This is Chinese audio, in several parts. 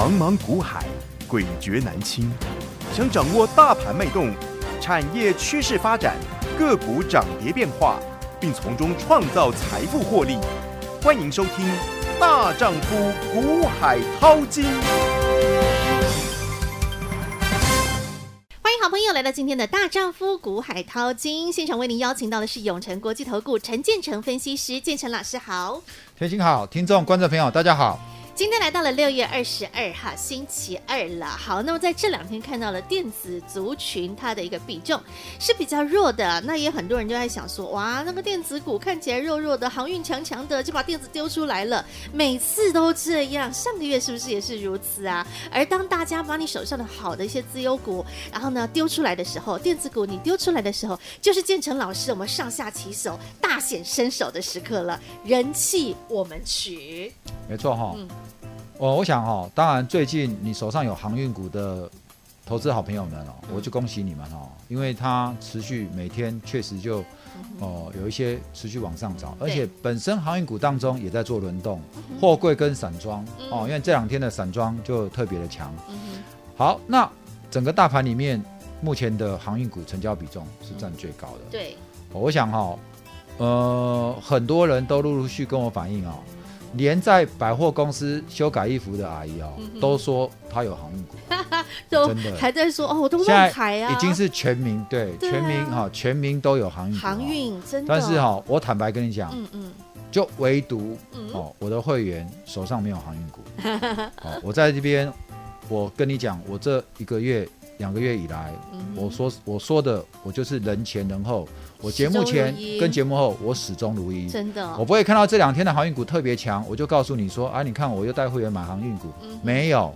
茫茫股海，诡谲难清。想掌握大盘脉动、产业趋势发展、个股涨跌变化，并从中创造财富获利，欢迎收听《大丈夫股海淘金》。 欢迎好朋友来到今天的大丈夫股海淘金现场，为您邀请到的是永诚国际投顾陈建成分析师，建成老师好。 天晴好，听众观众朋友大家好。 今天来到了6月22号星期二了。好，那么在这2天看到了电子族群它的一个比重是比较弱的，那也很多人就在想说，哇，那个电子股看起来弱弱的，航运强强的，就把电子丢出来了，每次都这样，上个月是不是也是如此啊？而当大家把你手上的好的一些资优股，然后呢丢出来的时候，电子股你丢出来的时候，就是建成老师我们上下其手大显身手的时刻了，人气我们取。 没错哈。我想哈，当然最近你手上有航运股的投资好朋友们哦，我就恭喜你们哦，因为它持续每天确实就有一些持续往上涨，而且本身航运股当中也在做轮动，货柜跟散装哦，因为这2天的散装就特别的强。好，那整个大盘里面目前的航运股成交比重是占最高的。 对， 我想哈，很多人都陆续跟我反映哦。连在百货公司修改衣服的阿姨都说她有航运股， 都真的还在说我都乱开啊， 已经是全民对全民都有航运股。 航运真的， 但是我坦白跟你讲，就唯独我的会员手上没有航运股。我在这边，我跟你讲，我这1个月、2个月以来，我说的，我就是人前人后。我节目前跟节目后，我始终如一， 真的， 我不会看到这2天的航运股特别强，我就告诉你说，啊，你看我又带会员买航运股，没有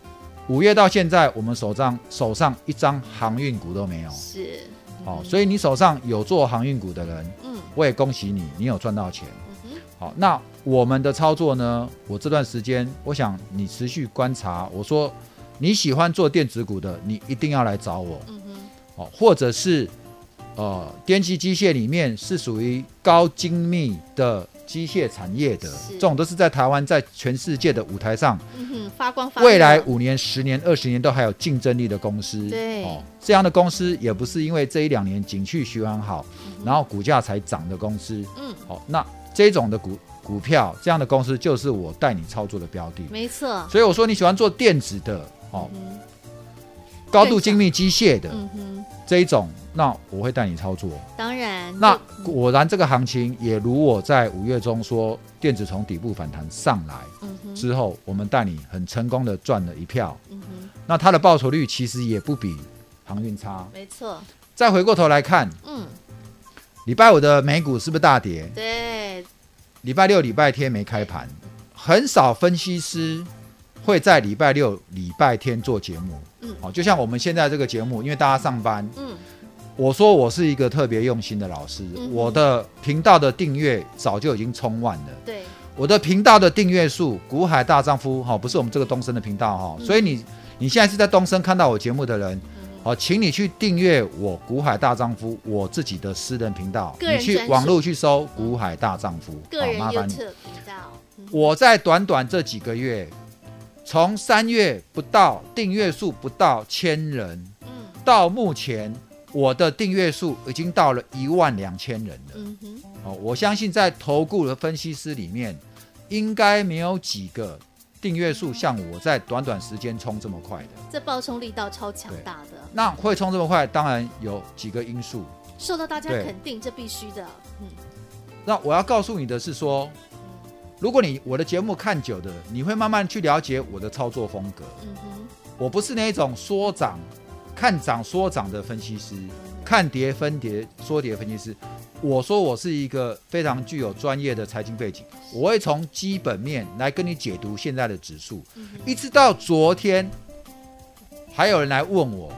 ，5月到现在，我们手上一张航运股都没有， 是， 所以你手上有做航运股的人，我也恭喜你，你有赚到钱。好，那我们的操作呢？我这段时间，我想你持续观察，我说你喜欢做电子股的，你一定要来找我，或者是。电气机械里面是属于高精密的机械产业的，这种都是在台湾在全世界的舞台上， 发光发热， 未来5年、10年、20年都还有竞争力的公司。 对， 这样的公司也不是因为这1-2年景气循环好，然后股价才涨的公司。那这种的股票，这样的公司就是我带你操作的标的。 没错。所以我说你喜欢做电子的，高度精密机械的，这一种。那我会带你操作， 当然。 那果然这个行情也如我在5月中说，电子从底部反弹上来之后，我们带你很成功的赚了一票。那它的报酬率其实也不比航运差， 没错。 再回过头来看，礼拜5的美股是不是大跌？ 对。 礼拜6、礼拜天没开盘，很少分析师会在礼拜6、礼拜天做节目。就像我们现在这个节目，因为大家上班，我说我是一个特别用心的老师，我的频道的订阅早就已经冲万了。 对， 我的频道的订阅数，股海大丈夫不是我们这个东升的频道所以你现在是在东升看到我节目的人，请你去订阅我股海大丈夫我自己的私人频道，你去网络去搜股海大丈夫， 个人麻烦你。 频道。 我在短短这几个月，从3月不到订阅数不到1000人，到目前。我的订阅数已经到了12000人了。我相信在投顾的分析师里面，应该没有几个订阅数像我在短短时间冲这么快的。 这爆冲力道超强大的。 那会冲这么快，当然有几个因素， 受到大家肯定，这必须的。 那我要告诉你的是说，如果我的节目看久的，你会慢慢去了解我的操作风格。我不是那种说涨。看涨说涨的分析师，看跌分跌说跌分析师。我说我是一个非常具有专业的财经背景，我会从基本面来跟你解读现在的指数，一直到昨天，还有人来问我，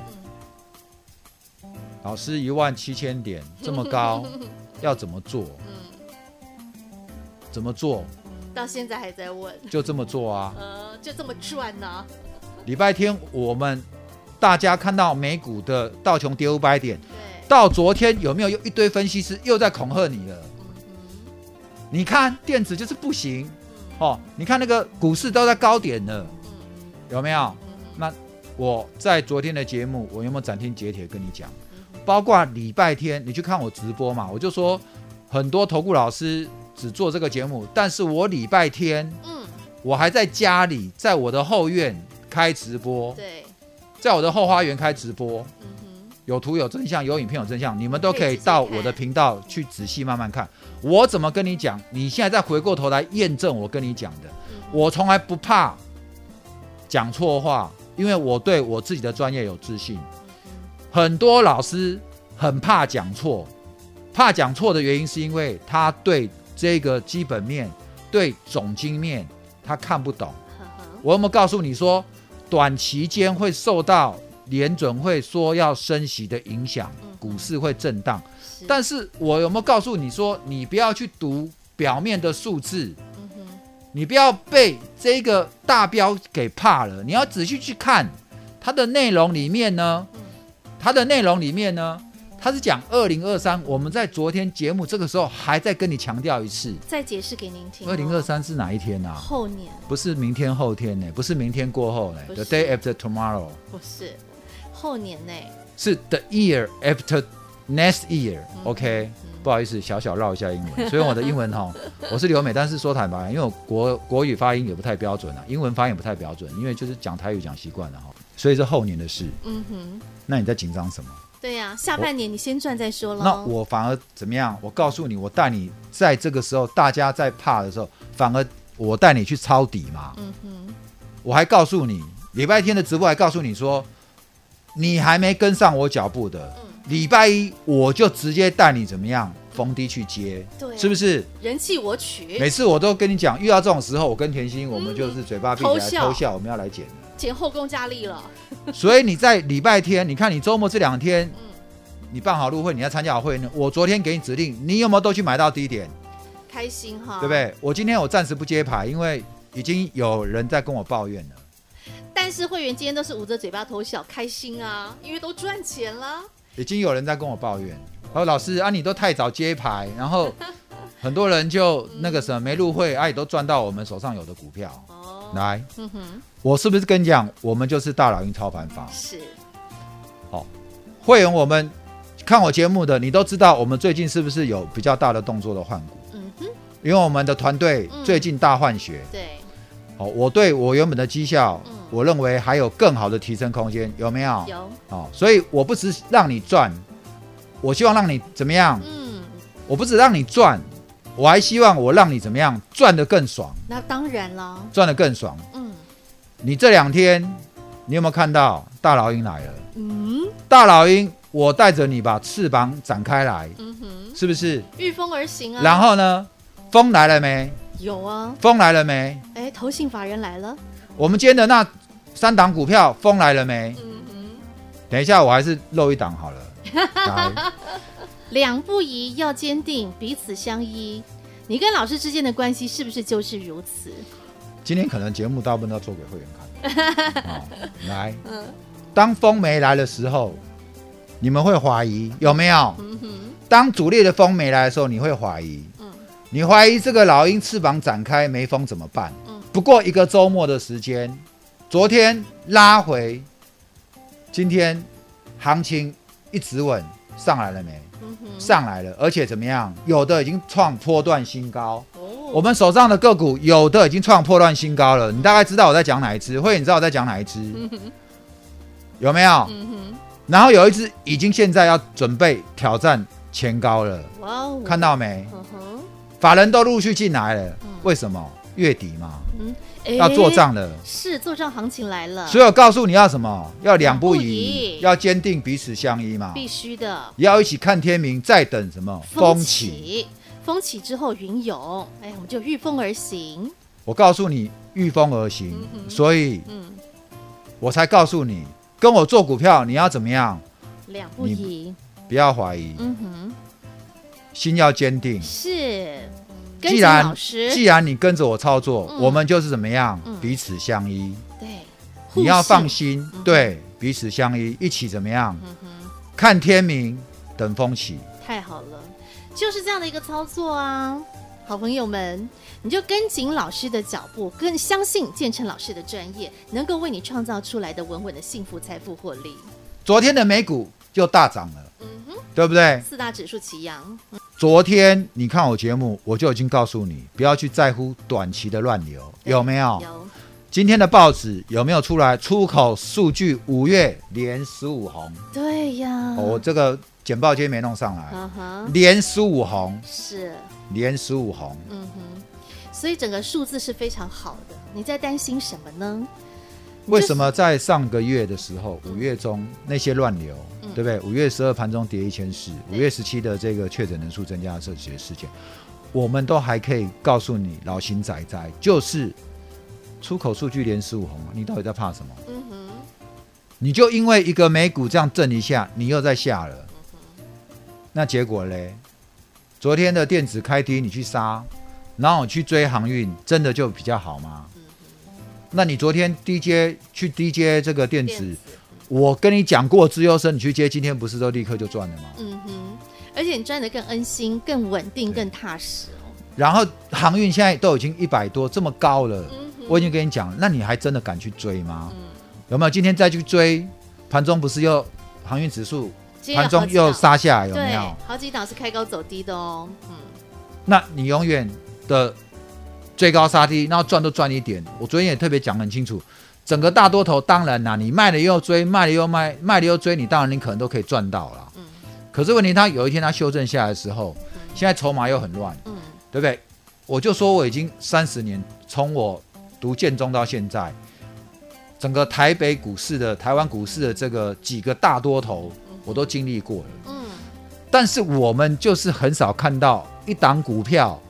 老师17000点这么高，要怎么做？怎么做？ 到现在还在问， 就这么做啊？ 就这么赚呢？ 礼拜天我们。大家看到美股的道琼跌500点，到昨天有没有一堆分析师又在恐吓你了？你看电子就是不行，你看那个股市都在高点了， 有没有？那我在昨天的节目，我有没有斩钉截铁跟你讲？包括礼拜天你去看我直播嘛，我就说很多投顾老师只做这个节目，但是我礼拜天，我还在家里，在我的后院开直播， 对， 在我的后花园开直播，有图有真相，有影片有真相，你们都可以到我的频道去仔细慢慢看。我怎么跟你讲？你现在再回过头来验证我跟你讲的，我从来不怕讲错话，因为我对我自己的专业有自信。很多老师很怕讲错，怕讲错的原因是因为他对这个基本面、对总经面他看不懂。我有没有告诉你说，短期间会受到联准会说要升息的影响，股市会震荡？但是我有没有告诉你说，你不要去读表面的数字，你不要被这个大标给怕了，你要仔细去看它的内容里面呢。它的内容里面呢，它是讲2023，我们在昨天节目这个时候还在跟你强调一次， 再解释给您听。 2023是哪一天啊？ 后年， 不是明天后天呢，不是明天过后呢 ，the day after tomorrow， 不是后年呢，是 the year after next year。OK， 不好意思，小绕一下英文。所以我的英文我是留美，但是说坦白，因为我国语发音也不太标准啊，英文发音也不太标准，因为就是讲台语讲习惯了哈，所以是后年的事。那你在紧张什么？ 对呀，下半年你先赚再说咯。 那我反而怎么样？我告诉你，我带你在这个时候，大家在怕的时候，反而我带你去抄底嘛。我还告诉你，礼拜天的直播还告诉你说，你还没跟上我脚步的，礼拜一我就直接带你怎么样逢低去接， 对， 是不是？ 人气我取。 每次我都跟你讲，遇到这种时候，我跟甜心，我们就是嘴巴闭起来偷笑，我们要来减后宫佳丽了。 所以你在礼拜天，你看你周末这2天，你办好入会，你要参加好会呢。我昨天给你指令，你有没有都去买到低点？ 开心哈， 对不对？我今天我暂时不接牌，因为已经有人在跟我抱怨了。 但是会员今天都是捂着嘴巴偷笑，开心啊，因为都赚钱了。已经有人在跟我抱怨，他说老师啊，你都太早接牌，然后很多人就那个什么没入会，也都赚到我们手上有的股票。来，我是不是跟你讲，我们就是大老鹰操盘法？ 是。 好，会员我们看我节目的，你都知道我们最近是不是有比较大的动作的换股？因为我们的团队最近大换血。对。好，我对我原本的绩效，我认为还有更好的提升空间，有没有？有。好，所以我不只让你赚，我希望让你怎么样？我不只让你赚。我还希望我让你怎么样赚得更爽？ 那当然了， 赚得更爽。你这2天你有没有看到大老鹰来了？大老鹰，我带着你把翅膀展开来，是不是？御风而行啊。 然后呢，风来了没？ 有啊。风来了没？ 投信法人来了。 我们今天的那3档股票，风来了没？等一下，我还是漏一档好了。来。 两不疑，要坚定，彼此相依。你跟老师之间的关系是不是就是如此？ 今天可能节目大部分都要做给会员看。来，当风没来的时候，你们会怀疑有没有？当主力的风没来的时候，你会怀疑。你怀疑这个老鹰翅膀展开没风怎么办？不过1个周末的时间，昨天拉回，今天行情一直稳，上来了没？上来了，而且怎么样？有的已经创波段新高。我们手上的个股有的已经创波段新高了。你大概知道我在讲哪一支？会员你知道我在讲哪一支？有没有？然后有一支已经现在要准备挑战前高了。看到没？法人都陆续进来了。为什么？月底嘛。要做账了， 是做账行情来了， 所以我告诉你要什么？要两不疑，要坚定彼此相依嘛， 必须的， 也要一起看天明，再等什么？风起， 风起之后云涌，我们就御风而行。 我告诉你，御风而行，所以，我才告诉你，跟我做股票，你要怎么样？ 两不疑， 不要怀疑，心要坚定， 是。 既然你跟着我操作，我们就是怎么样，彼此相依。 对， 你要放心，对，彼此相依，一起怎么样？看天明，等风起。 太好了，就是这样的一个操作啊。 好朋友们，你就跟紧老师的脚步，更相信建成老师的专业，能够为你创造出来的稳稳的幸福、财富、获利。 昨天的美股就大涨了，对不对 ？4大指数齐扬。 昨天你看我节目，我就已经告诉你，不要去在乎短期的乱流，有没有？ 有。今天的报纸有没有出来？出口数据5月连15红。 对呀。 我这个简报今天没弄上来，连15红。 是。 连15红。 所以整个数字是非常好的。你在担心什么呢？ 为什么在上个月的时候，5月中那些乱流，对不对？5月12盘中跌1400，5月17的这个确诊人数增加的这些事件，我们都还可以告诉你，老邢仔仔就是出口数据连15红，你到底在怕什么？你就因为一个美股这样震一下，你又在下了，那结果嘞？昨天的电子开低，你去杀，然后去追航运，真的就比较好吗？那你昨天去低接这个电子，我跟你讲过资优生，你去接，今天不是都立刻就赚了吗？ 而且你赚得更安心、更稳定、更踏实哦。 然后航运现在都已经100多，这么高了，我已经跟你讲，那你还真的敢去追吗？有没有？今天再去追，盘中不是又航运指数盘中又杀下来，有没有？ 好几档是开高走低的哦。 那你永远的追高杀低，然后赚都赚一点。我昨天也特别讲很清楚，整个大多头当然啦，你卖了又追，卖了又卖，卖了又追，你当然你可能都可以赚到啦。可是问题，它有一天它修正下来的时候，现在筹码又很乱，对不对？我就说我已经30年，从我读建中到现在，整个台北股市的、台湾股市的这个几个大多头，我都经历过了。但是我们就是很少看到一档股票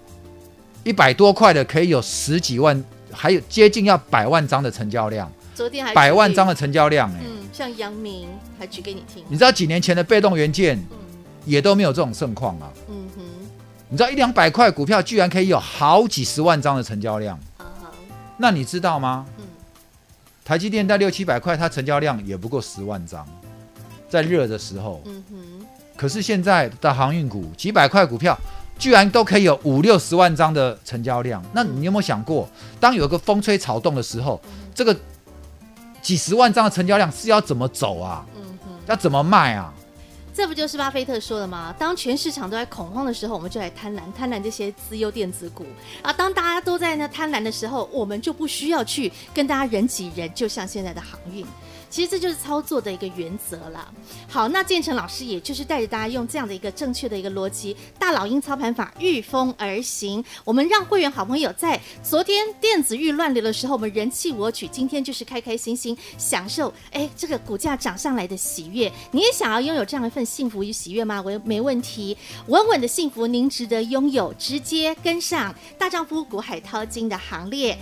100多块的可以有10几万，还有接近要100万张的成交量。 昨天还 100万张的成交量， 像阳明还举给你听。 你知道几年前的被动元件也都没有这种盛况啊。你知道100-200块股票居然可以有好几十万张的成交量，那你知道吗？台积电在600-700块，它成交量也不过10万张，在热的时候。可是现在的航运股几百块股票居然都可以有5-60万张的成交量，那你有没有想过，当有个风吹草动的时候，这个几十万张的成交量是要怎么走啊？要怎么卖啊？ 这不就是巴菲特说的吗？当全市场都在恐慌的时候，我们就来贪婪这些资优电子股啊。当大家都在那贪婪的时候，我们就不需要去跟大家人挤人，就像现在的航运。其实这就是操作的一个原则啦。好，那建成老师也就是带着大家用这样的一个正确的一个逻辑，大老鹰操盘法御风而行。我们让会员好朋友在昨天电子玉乱流的时候，我们人气我取，今天就是开开心心享受这个股价涨上来的喜悦。你也想要拥有这样一份幸福与喜悦吗？没问题，稳稳的幸福您值得拥有，直接跟上大丈夫股海淘金的行列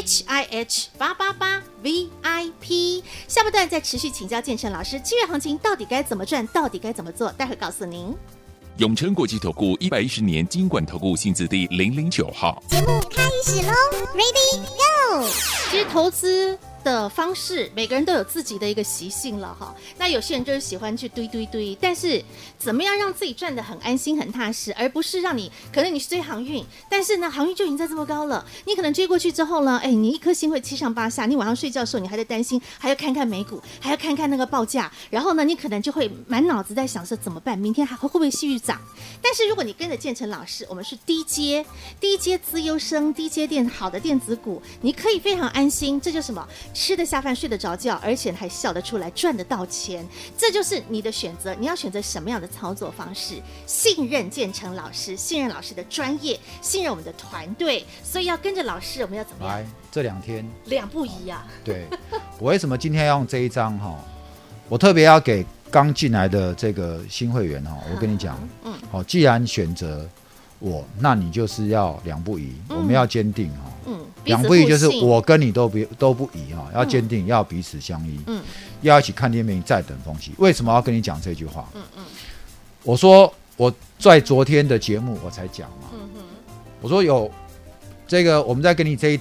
HIH888 VIP。 下半段再持续请教建成老师，7月行情到底该怎么赚，到底该怎么做，待会告诉您。 永诚国际投顾110年金管投顾新字第009号。 节目开始喽 ，Ready Go！ 其实投资的方式，每个人都有自己的一个习性了哈。那有些人就是喜欢去堆，但是怎么样让自己赚得很安心、很踏实，而不是让你可能你是追航运，但是呢航运就已经在这么高了，你可能追过去之后呢，你一颗心会七上八下，你晚上睡觉的时候你还在担心，还要看看美股，还要看看那个报价，然后呢你可能就会满脑子在想说怎么办，明天还会不会继续涨？但是如果你跟着建成老师，我们是低阶资优生、低阶好的电子股，你可以非常安心，这就是什么？吃得下饭，睡得着觉，而且还笑得出来，赚得到钱，这就是你的选择。你要选择什么样的操作方式？信任建成老师，信任老师的专业，信任我们的团队，所以要跟着老师，我们要怎么样？ 来，这2天 2不1啊！对， 我为什么今天要用这一张我特别要给刚进来的这个新会员我跟你讲，既然选择我，那你就是要2不1，我们要坚定2不1就是我跟你都不移要坚定，要彼此相依，要一起看天命，再等风起。为什么要跟你讲这句话？我说我在昨天的节目我才讲嘛，我说有这个我们在跟你这一档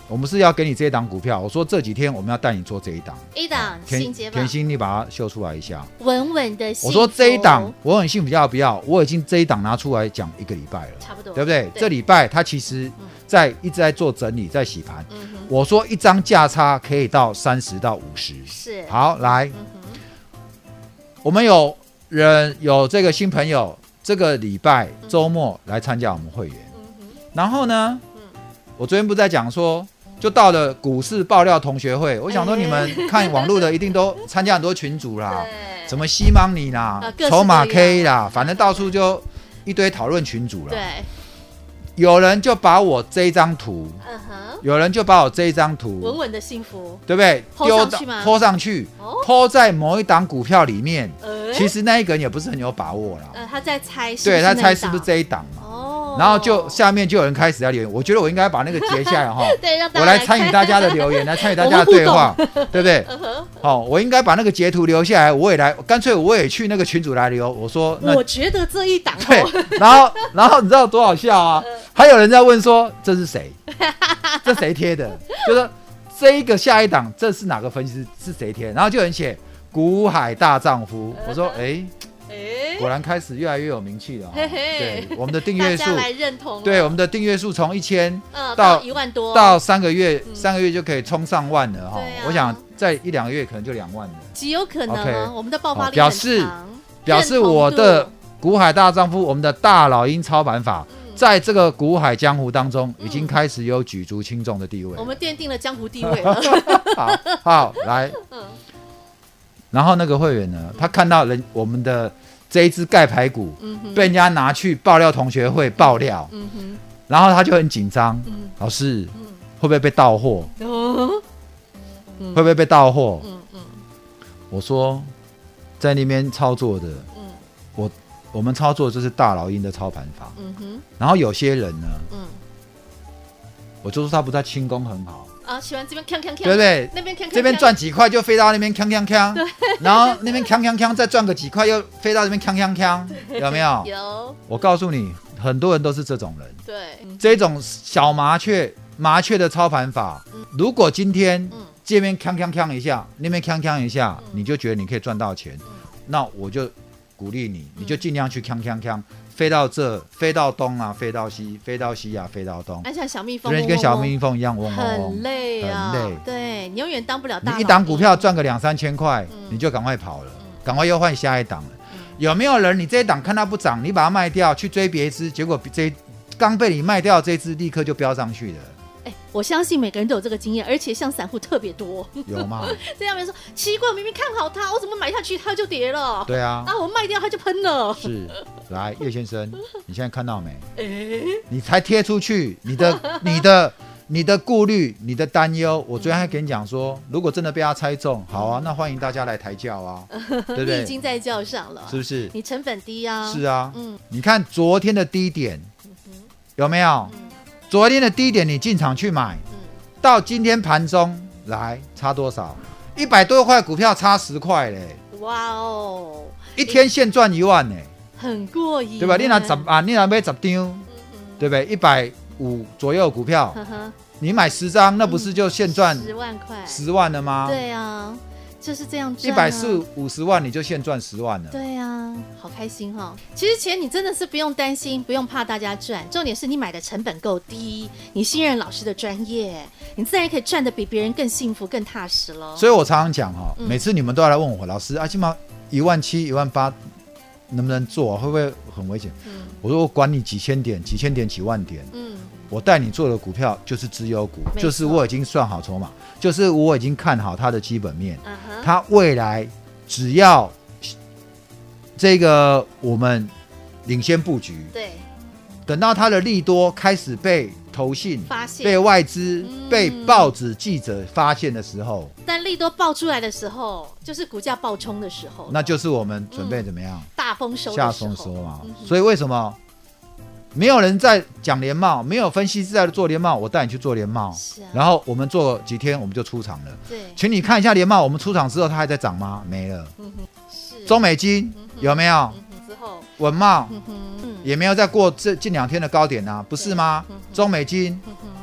我们是要给你这一档股票，我说这几天我们要带你做这一档。 一档新解法， 甜心，你把它秀出来一下。 稳稳的幸福。 我说这一档我很幸福，要不要？我已经这一档拿出来讲1个礼拜了， 差不多， 对不对？这礼拜它其实一直在做整理，在洗盘。我说一张价差可以到30到50。 是。 好，来，我们有人有这个新朋友，这个礼拜周末来参加我们会员。然后呢，我昨天不是在讲说，就到了股市爆料同学会，我想说你们看网络的一定都参加很多群组啦，什么西芒尼啦、筹码 K 啦，反正到处就一堆讨论群组啦。 对， 有人就把我这一张图，有人就把我这一张图稳稳的幸福， 对不对？拖上去，拖在某一档股票里面。其实那一个人也不是很有把握啦。 他在猜， 对，他猜是不是这一档嘛？然后就下面就有人开始在留言，我觉得我应该把那个截下来哈，我来参与大家的留言，来参与大家的对话，对不对？好，我应该把那个截图留下来，我也来，干脆我也去那个群组来留。我说， 我觉得这一档对，然后你知道多好笑啊？还有人在问说这是谁？这谁贴的？就说这一个下一档这是哪个分析师是谁贴？然后就有人写股海大丈夫，我说果然开始越来越有名气了。对，我们的订阅数， 来认同。 对，我们的订阅数从1000 到1万多， 到3个月，3个月就可以冲上万了哈。我想在1-2个月可能就2万了， 极有可能。我们的爆发力表示我的股海大丈夫，我们的大老鹰操盘法，在这个股海江湖当中，已经开始有举足轻重的地位。 我们奠定了江湖地位了。 好，来。然后那个会员呢，他看到我们的这一只盖牌股被人家拿去爆料同学会爆料，然后他就很紧张，老师会不会被盗货？会不会被盗货？我说在那边操作的，我们操作就是大老鹰的操盘法。然后有些人呢，我就说他不在轻功很好。 喜欢这边锵锵锵， 对不对？ 那边锵锵锵， 这边赚几块就飞到那边锵锵锵，然后那边锵锵锵再赚个几块又飞到这边锵锵锵，有没有？ 有。 我告诉你，很多人都是这种人。 对， 这种小麻雀的操盘法，如果今天这边锵锵锵一下，那边锵锵一下，你就觉得你可以赚到钱，那我就鼓励你，你就尽量去锵锵锵。飞到这，飞到东啊，飞到西，飞到西啊，飞到东， 像小蜜蜂， 跟小蜜蜂一样，嗡嗡嗡， 很累啊，很累。对，你永远当不了大佬。 你一档股票赚个2-3千块，你就赶快跑了，赶快又换下一档了。有没有人你这一档看它不涨，你把它卖掉去追别只，结果刚被你卖掉这只立刻就飙上去了？ 我相信每个人都有这个经验，而且像散户特别多。 有吗？ 这样人说奇怪，我明明看好它，我怎么买下去它就跌了？ 对啊， 我卖掉它就喷了。 是，来叶先生，你现在看到没？你才贴出去，你的顾虑，你的担忧，我昨天还跟你讲说，如果真的被他猜中，好啊，那欢迎大家来抬轿啊，对不对？ 你已经在轿上了， 是不是？ 你成本低啊。 是啊，你看昨天的低点有没有？昨天的低点你进场去买，到今天盘中来差多少？100多块股票差10块嘞！ 哇哦， 一天现赚1万呢， 很过瘾， 对吧？你拿10啊，你拿买10张，对不对？150左右股票，你买10张，那不是就现赚 10万块 ？10万了吗？ 对啊。就是这样赚啊 ，140-150万你就现赚10万了。 对啊，好开心哈！其实钱你真的是不用担心，不用怕大家赚，重点是你买的成本够低，你信任老师的专业，你自然可以赚得比别人更幸福、更踏实了。 所以我常常讲哈，每次你们都要来问我，老师啊，起码17000、18000能不能做，会不会很危险？我说我管你几千点、几万点，我带你做的股票就是资优股，就是我已经算好筹码，就是我已经看好它的基本面，它未来只要这个我们领先布局， 对， 等到它的利多开始被投信发现、 被外资、被报纸记者发现的时候， 但利多爆出来的时候，就是股价爆冲的时候， 那就是我们准备怎么样？ 大丰收的下丰收嘛。所以为什么？没有人在讲联茂，没有分析师在做联茂，我带你去做联茂，然后我们做几天我们就出场了。 对， 请你看一下联茂，我们出场之后它还在涨吗？没了。中美金有没有？ 之后文茂也没有再过这近2天的高点啊，不是吗？中美金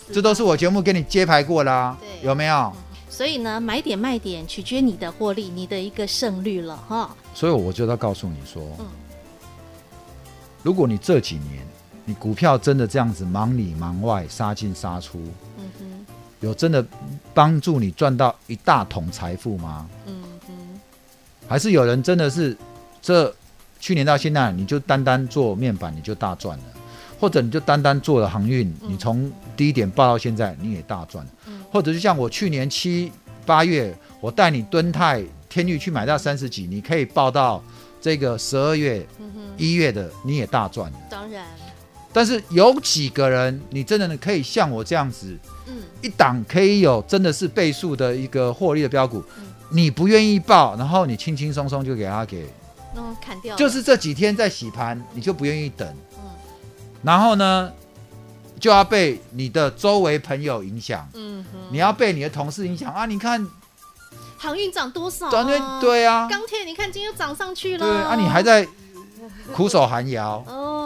这都是我节目给你揭牌过啦， 对有没有？ 所以呢，买点卖点取决你的获利，你的一个胜率了哈。 所以我就要告诉你说，如果你这几年你股票真的这样子忙里忙外，杀进杀出，有真的帮助你赚到一大桶财富吗？还是有人真的是这去年到现在你就单单做面板你就大赚了，或者你就单单做了航运，你从低点报到现在你也大赚，或者就像我去年7、8月我带你敦泰天域去买到30几，你可以报到这个12月、1月的你也大赚了。 当然， 但是有几个人你真的可以像我这样子，一档可以有真的是倍数的一个获利的标股，你不愿意报，然后你轻轻松松就给它砍掉了， 就是这几天在洗盘，你就不愿意等，然后呢，就要被你的周围朋友影响，你要被你的同事影响啊！你看航运涨多少？ 对啊， 钢铁你看今天又涨上去了， 对啊，你还在苦守寒窑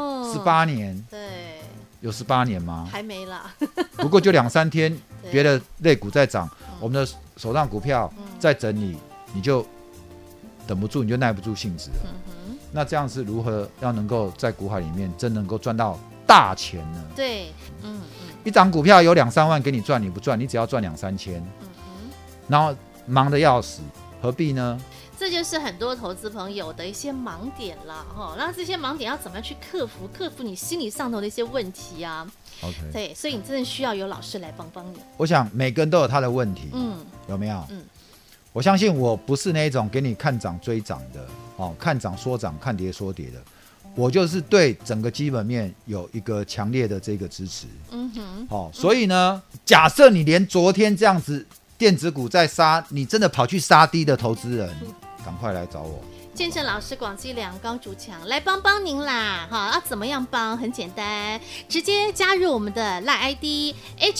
18年， 对， 有18年吗？ 还没啦， 不过就2、3天，别的类股在涨，我们的手上股票在整理，你就等不住，你就耐不住性子了。那这样是如何要能够在股海里面真能够赚到大钱呢？ 对， 一张股票有2、3万给你赚，你不赚，你只要赚2、3千，然后忙得要死，何必呢？ 这就是很多投资朋友的一些盲点啦，那这些盲点要怎么样去克服你心理上头的一些问题啊 ？OK， 对，所以你真的需要有老师来帮你。 我想每个人都有他的问题，有没有？我相信我不是那种给你看涨追涨的，看涨说涨，看跌说跌的。我就是对整个基本面有一个强烈的这个支持。所以呢，假设你连昨天这样子电子股在杀，你真的跑去杀低的投资人，赶快来找我。 建成老师广积粮高筑墙来帮您啦，怎么样帮？很简单，直接加入我们的 LINE ID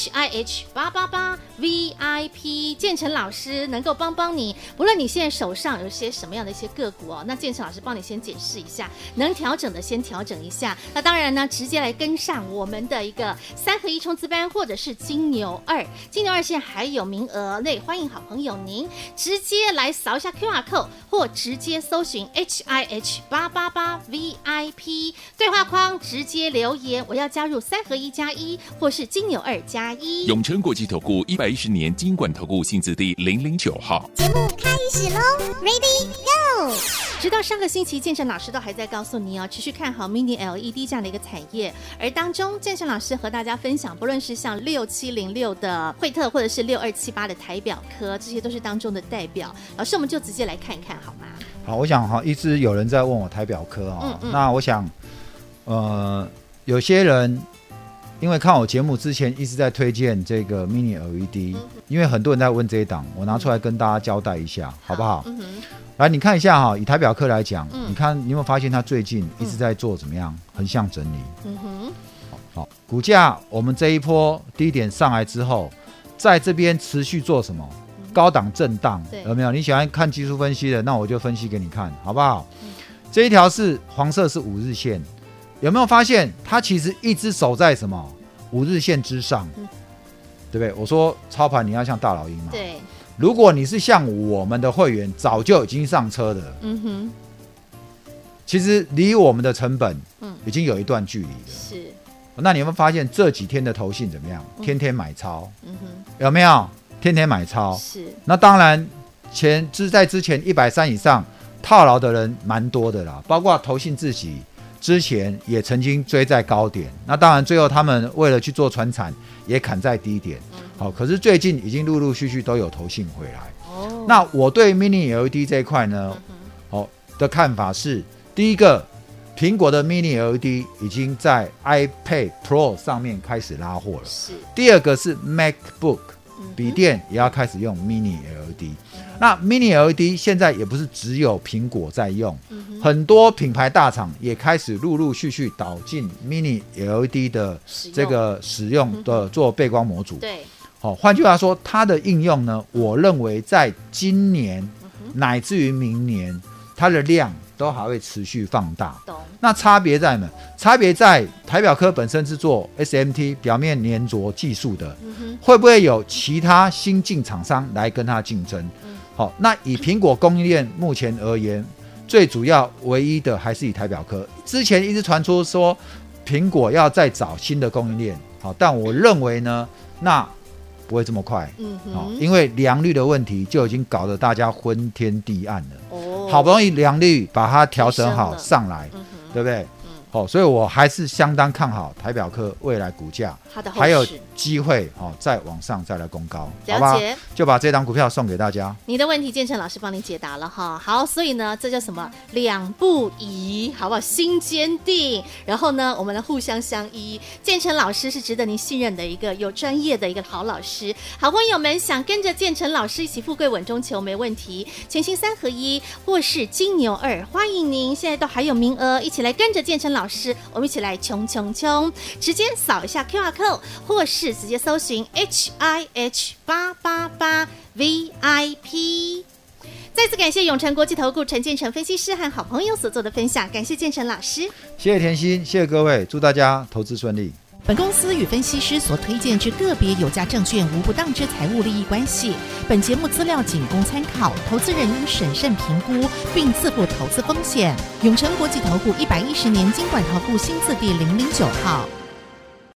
HIH888VIP， 建成老师能够帮你，不论你现在手上有些什么样的一些个股那建成老师帮你先检视一下，能调整的先调整一下。那当然呢，直接来跟上我们的一个3合1冲刺班，或者是金牛2，金牛2现在还有名额，那也欢迎好朋友您直接来扫一下 QR code， 或直接搜寻HIH888VIP 对话框直接留言，我要加入3合1+1，或是金牛2+1。 永诚国际投顾110年金管投顾新字第009号。 节目开始喽 ，Ready Go！ 直到上个星期，建成老师都还在告诉你持续看好 Mini LED 这样的一个产业，而当中建成老师和大家分享，不论是像6706的惠特，或者是6278的台表科，这些都是当中的代表。老师，我们就直接来看看好吗？ 好，我想一直有人在问我台表科那我想有些人因为看我节目之前一直在推荐这个 Mini LED，因为很多人在问这一档，我拿出来跟大家交代一下，好不好？来，你看一下以台表科来讲，你看你有没有发现它最近一直在做怎么样横向整理？好，股价我们这一波低点上来之后，在这边持续做什么？高档震荡，有没有？你喜欢看技术分析的，那我就分析给你看，好不好？这一条是黄色，是5日线，有没有发现它其实一直守在什么5日线之上，对不对？我说操盘你要像大老鹰嘛， 对。 如果你是像我们的会员，早就已经上车的，其实离我们的成本已经有一段距离了。 是。 那你有没有发现这几天的投信怎么样？天天买超，有没有？天天买超， 是。 那当然在之前130以上套牢的人蛮多的啦，包括投信自己之前也曾经追在高点，那当然最后他们为了去做传产也砍在低点，可是最近已经陆陆续续都有投信回来。那我对 Mini LED 这一块呢，的看法是，第一个，苹果的 Mini LED 已经在 iPad Pro 上面开始拉货了， 是。 第二个是 MacBook。笔电也要开始用 Mini LED，那 Mini LED 现在也不是只有苹果在用，很多品牌大厂也开始陆陆续续导进 Mini LED 的这个使用的做背光模组。 对， 换句话说，它的应用呢，我认为在今年乃至于明年，它的量都还会持续放大。 懂。 那差别在哪？差别在台表科本身是做 SMT 表面粘着技术的，会不会有其他新进厂商来跟它竞争？好，那以苹果供应链目前而言，最主要唯一的还是以台表科。之前一直传出说苹果要再找新的供应链，好，但我认为呢，那不会这么快，因为良率的问题就已经搞得大家昏天地暗了。好不容易良率把它调整好上来，对不对？所以我还是相当看好台表科未来股价还有机会再往上再来攻高，好吧？就把这档股票送给大家。 你的问题建成老师帮你解答了哈。好，所以呢，这叫什么？两不疑，好不好？心坚定，然后呢，我们来互相相依。建成老师是值得您信任的一个有专业的一个好老师。好朋友们想跟着建成老师一起富贵稳中求，没问题。全新3合1或是金牛2，欢迎您，现在都还有名额，一起来跟着建成老师，我们一起来冲冲冲！直接扫一下 QR code， 或是直接搜寻 HIH888 VIP。再次感谢永诚国际投顾陈建成分析师和好朋友所做的分享，感谢建成老师， 谢谢甜心，谢谢各位，祝大家投资顺利。 本公司与分析师所推荐之个别有价证券无不当之财务利益关系。本节目资料仅供参考，投资人应审慎评估并自负投资风险。永诚国际投顾110年金管投顾新字第009号。